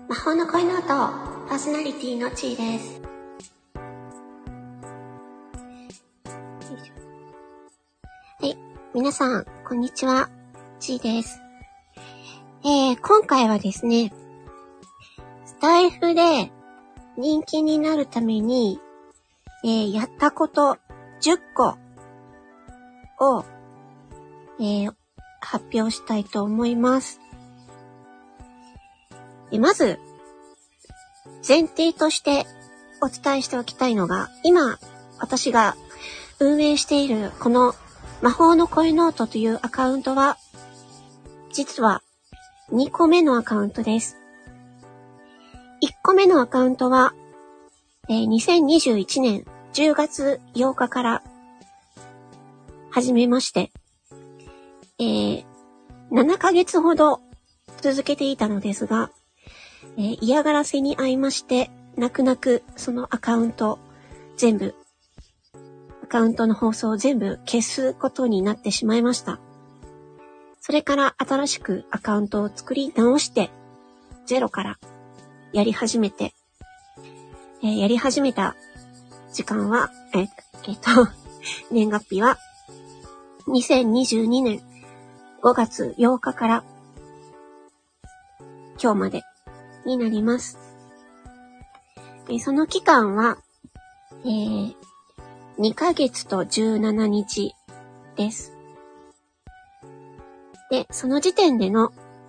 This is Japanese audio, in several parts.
魔法の恋ノートパーソナリティのちーです。はい、皆さんこんにちは、ちーです。今回はですね、スタイフで人気になるために、やったこと10個を、発表したいと思います。まず、前提としてお伝えしておきたいのが、今、私が運営しているこの魔法の恋ノートというアカウントは、実は2個目のアカウントです。1個目のアカウントは、2021年10月8日から始めまして、7ヶ月ほど続けていたのですが、嫌がらせに遭いまして、泣く泣くそのアカウントの放送を全部消すことになってしまいました。それから新しくアカウントを作り直して、ゼロからやり始めた時間は、年月日は2022年5月8日から今日までになります。その期間は、2ヶ月と17日です。で、その時点での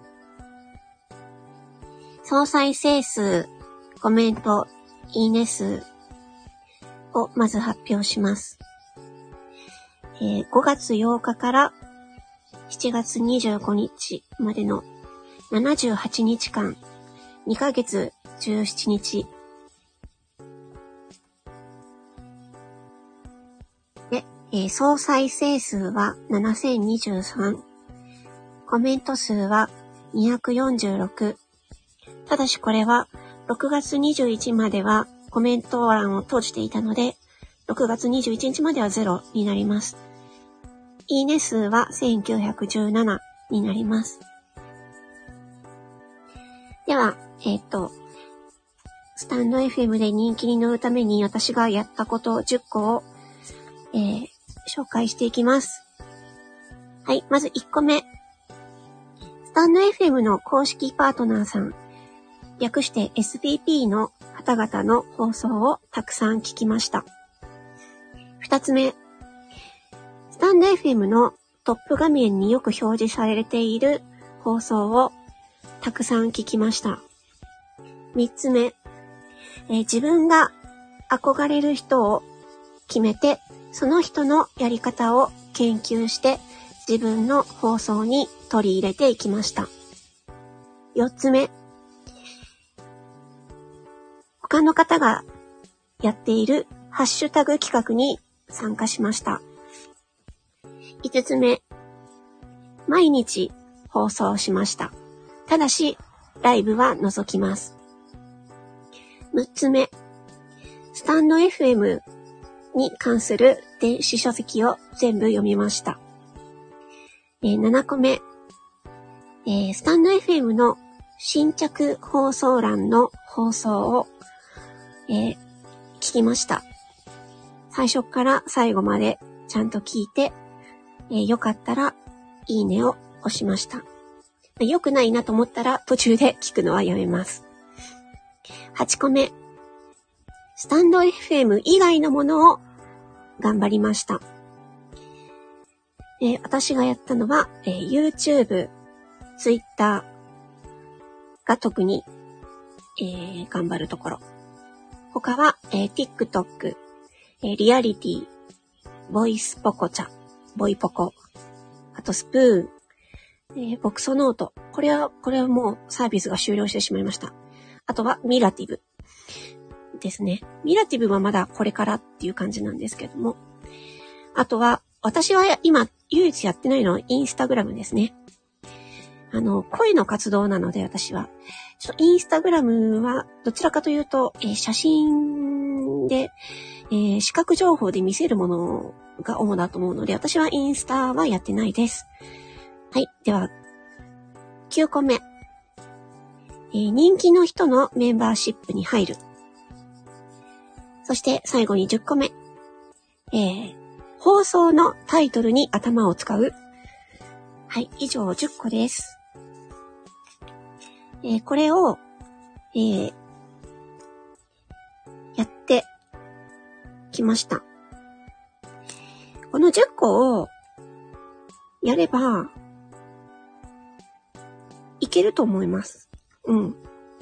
総再生数、コメント、いいね数をまず発表します。5月8日から7月25日までの78日間、2ヶ月17日。で、総再生数は7023。コメント数は246。ただしこれは6月21日まではコメント欄を閉じていたので、6月21日までは0になります。いいね数は1917になります。では、スタンド FM で人気に乗るために私がやったこと10個を、紹介していきます。はい、まず1個目。スタンド FM の公式パートナーさん、略して SPP の方々の放送をたくさん聞きました。2つ目。スタンド FM のトップ画面によく表示されている放送をたくさん聞きました。3つ目。自分が憧れる人を決めて、その人のやり方を研究して自分の放送に取り入れていきました。4つ目。他の方がやっているハッシュタグ企画に参加しました。5つ目。毎日放送しました。ただし、ライブは除きます。6つ目。スタンド FM に関する電子書籍を全部読みました。7個目。スタンド FM の新着放送欄の放送を、聞きました。最初から最後までちゃんと聞いて、よかったらいいねを押しました。良くないなと思ったら途中で聞くのはやめます。8個目。スタンド FM 以外のものを頑張りました。私がやったのは、YouTube、Twitter が特に、頑張るところ。他は、TikTok、リアリティ、ボイスポコチャ、ボイポコ、あとスプーン、ボクソノート。これはもうサービスが終了してしまいました。あとはミラティブですね。ミラティブはまだこれからっていう感じなんですけども。あとは、私は今唯一やってないのはインスタグラムですね。声の活動なので私は。ちょっとインスタグラムはどちらかというと、写真で、視覚情報で見せるものが主だと思うので、私はインスタはやってないです。はい。では、9個目。 人気の人のメンバーシップに入る。そして最後に10個目。放送のタイトルに頭を使う。はい、以上10個です。これを、やってきました。この10個をやればいけると思います。うん。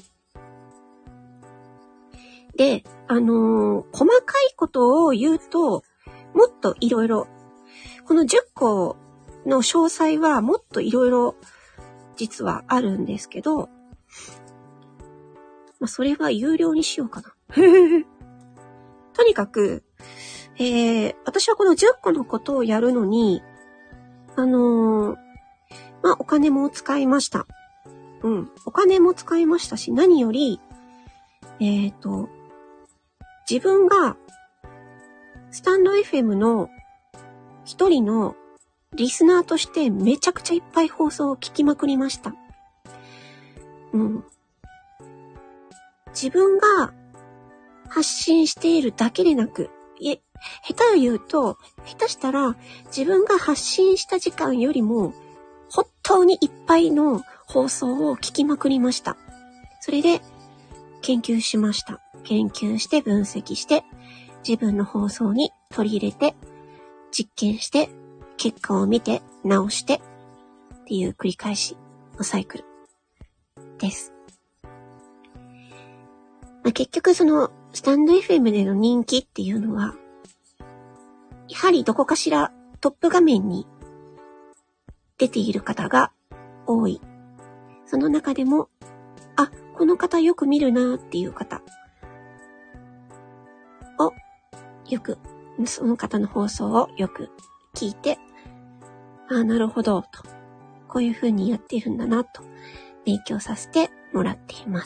で、細かいことを言うと、もっといろいろ、この10個の詳細はもっといろいろ実はあるんですけど、まあ、それは有料にしようかな。とにかく、私はこの10個のことをやるのに、まあ、お金も使いました。うん。お金も使いましたし、何より、自分が、スタンド FM の一人のリスナーとしてめちゃくちゃいっぱい放送を聞きまくりました。うん。自分が発信しているだけでなく、下手を言うと、下手したら自分が発信した時間よりも本当にいっぱいの放送を聞きまくりました。それで研究しました。研究して分析して自分の放送に取り入れて実験して結果を見て直してっていう繰り返しのサイクルです。まあ、結局そのスタンド FM での人気っていうのはやはりどこかしらトップ画面に出ている方が多い。その中でも、あ、この方よく見るなっていう方をよく、その方の放送をよく聞いて、あ、なるほどと、こういう風にやっているんだなと勉強させてもらっています。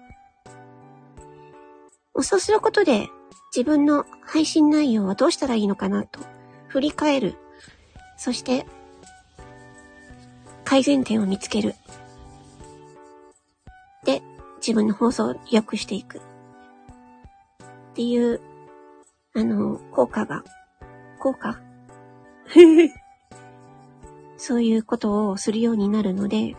そうすることで自分の配信内容はどうしたらいいのかなと振り返る。そして改善点を見つける。で、自分の放送を良くしていく。っていう、効果そういうことをするようになるので、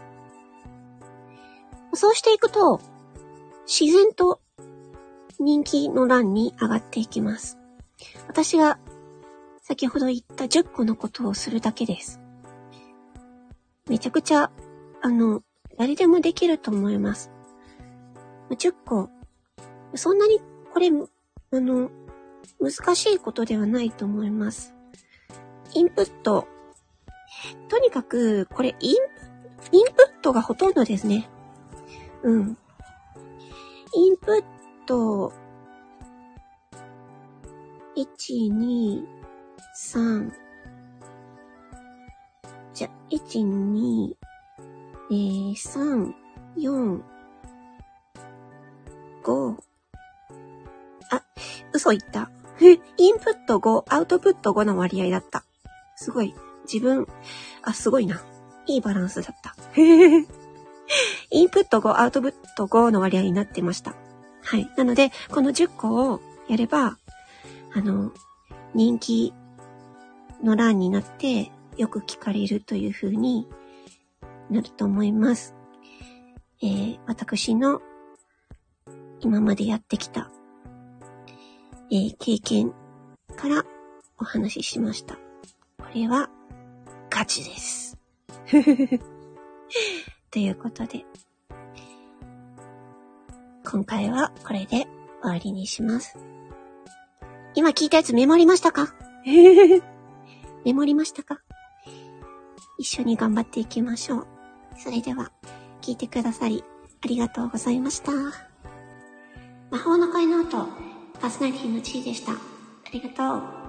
そうしていくと、自然と人気の欄に上がっていきます。私が先ほど言った10個のことをするだけです。めちゃくちゃ、誰でもできると思います。10個、そんなにこれ、難しいことではないと思います。インプット、とにかく、これインプットがほとんどですね。うん。インプット、1、2、3、じゃ、1、2、3、4、5、あ、嘘言った。インプット5、アウトプット5の割合だった。すごい。すごいな。いいバランスだった。インプット5、アウトプット5の割合になってました。はい。なので、この10個をやれば、人気の欄になってよく聞かれるという風になると思います。私の今までやってきた、経験からお話ししました。これはガチです。ということで、今回はこれで終わりにします。今聞いたやつメモりましたか？メモりましたか？一緒に頑張っていきましょう。それでは、聞いてくださりありがとうございました。魔法の声の音、パーソナリティのちーでした。ありがとう。